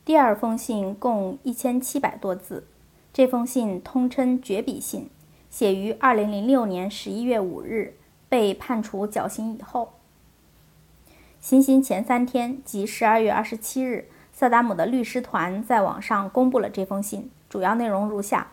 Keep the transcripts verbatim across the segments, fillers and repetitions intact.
第二封信共一千七百多字，这封信通称绝笔信，写于二零零六年十一月五日，被判处绞刑以后。行刑前三天，即十二月二十七日，萨达姆的律师团在网上公布了这封信，主要内容如下：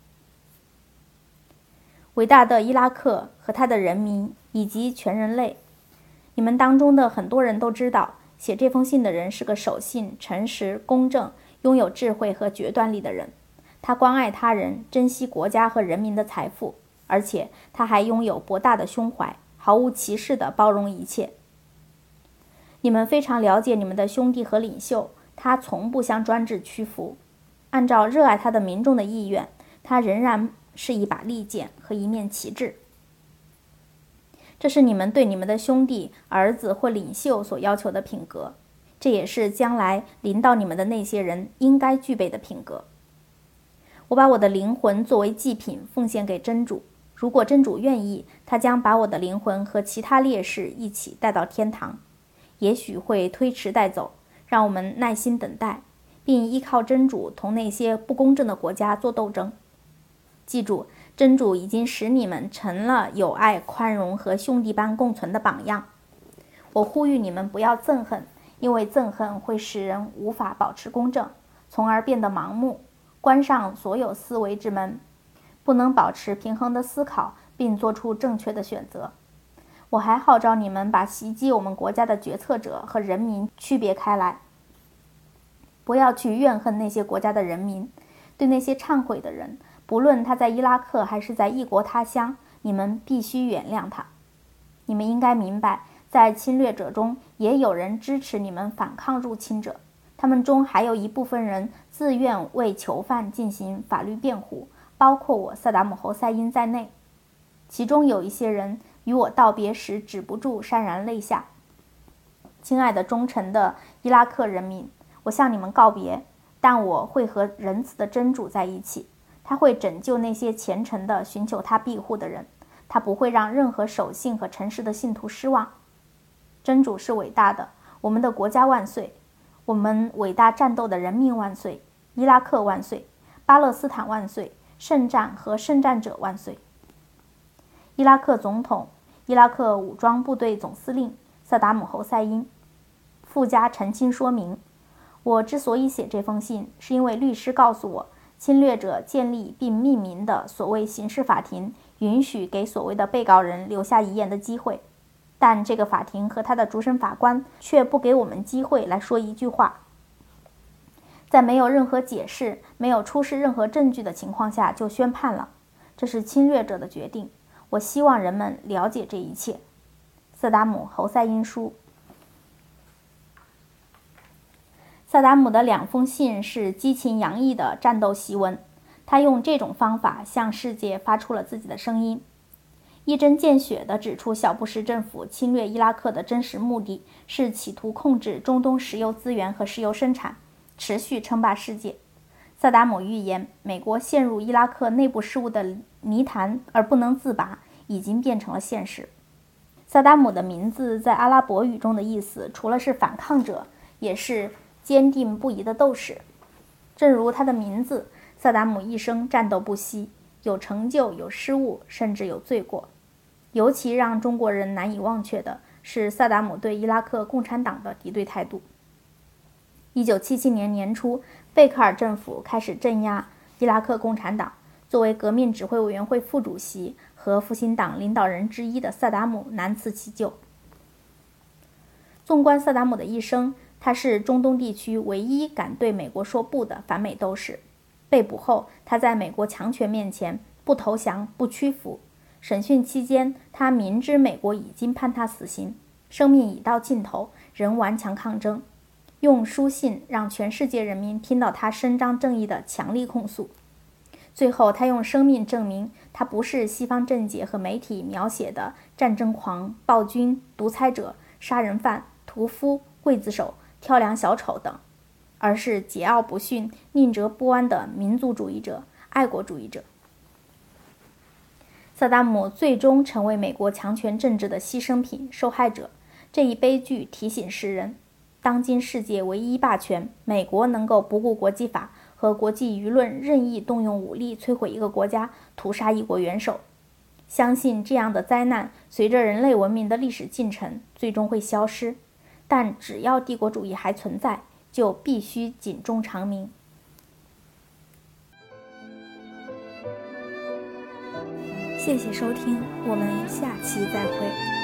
伟大的伊拉克和他的人民以及全人类，你们当中的很多人都知道，写这封信的人是个守信、诚实、公正、拥有智慧和决断力的人。他关爱他人，珍惜国家和人民的财富，而且他还拥有博大的胸怀，毫无歧视地包容一切。你们非常了解你们的兄弟和领袖，他从不向专制屈服。按照热爱他的民众的意愿，他仍然是一把利剑和一面旗帜。这是你们对你们的兄弟、儿子或领袖所要求的品格，这也是将来临到你们的那些人应该具备的品格。我把我的灵魂作为祭品奉献给真主，如果真主愿意，他将把我的灵魂和其他烈士一起带到天堂，也许会推迟带走，让我们耐心等待，并依靠真主同那些不公正的国家做斗争。记住，真主已经使你们成了友爱、宽容和兄弟般共存的榜样。我呼吁你们不要憎恨，因为憎恨会使人无法保持公正，从而变得盲目，关上所有思维之门，不能保持平衡的思考并做出正确的选择。我还号召你们把袭击我们国家的决策者和人民区别开来，不要去怨恨那些国家的人民。对那些忏悔的人，不论他在伊拉克还是在异国他乡，你们必须原谅他。你们应该明白，在侵略者中也有人支持你们反抗入侵者，他们中还有一部分人自愿为囚犯进行法律辩护，包括我萨达姆侯赛因在内。其中有一些人与我道别时止不住潸然泪下。亲爱的忠诚的伊拉克人民，我向你们告别，但我会和仁慈的真主在一起，他会拯救那些虔诚的寻求他庇护的人，他不会让任何守信和诚实的信徒失望。真主是伟大的，我们的国家万岁，我们伟大战斗的人民万岁，伊拉克万岁，巴勒斯坦万岁，圣战和圣战者万岁。伊拉克总统、伊拉克武装部队总司令萨达姆侯赛因。附加澄清说明，我之所以写这封信，是因为律师告诉我，侵略者建立并命名的所谓刑事法庭允许给所谓的被告人留下遗言的机会，但这个法庭和他的主审法官却不给我们机会来说一句话。在没有任何解释、没有出示任何证据的情况下就宣判了，这是侵略者的决定。我希望人们了解这一切。萨达姆侯赛因书。萨达姆的两封信是激情洋溢的战斗檄文，他用这种方法向世界发出了自己的声音，一针见血地指出小布什政府侵略伊拉克的真实目的是企图控制中东石油资源和石油生产，持续称霸世界。萨达姆预言，美国陷入伊拉克内部事务的泥潭而不能自拔，已经变成了现实。萨达姆的名字在阿拉伯语中的意思，除了是反抗者，也是坚定不移的斗士。正如他的名字，萨达姆一生战斗不息，有成就，有失误，甚至有罪过。尤其让中国人难以忘却的是萨达姆对伊拉克共产党的敌对态度。一九七七年年初，贝克尔政府开始镇压伊拉克共产党，作为革命指挥委员会副主席和复兴党领导人之一的萨达姆难辞其咎。纵观萨达姆的一生，他是中东地区唯一敢对美国说不的反美斗士。被捕后，他在美国强权面前不投降、不屈服。审讯期间，他明知美国已经判他死刑，生命已到尽头，仍顽强抗争，用书信让全世界人民听到他伸张正义的强力控诉。最后，他用生命证明，他不是西方政界和媒体描写的战争狂、暴君、独裁者、杀人犯、屠夫、刽子手、跳梁小丑等，而是桀骜不驯、宁折不弯的民族主义者、爱国主义者。萨达姆最终成为美国强权政治的牺牲品、受害者。这一悲剧提醒世人， 当今世界唯一霸权，美国能够不顾国际法和国际舆论，任意动用武力摧毁一个国家，屠杀一国元首。相信这样的灾难随着人类文明的历史进程最终会消失，但只要帝国主义还存在，就必须警钟长鸣。谢谢收听，我们下期再会。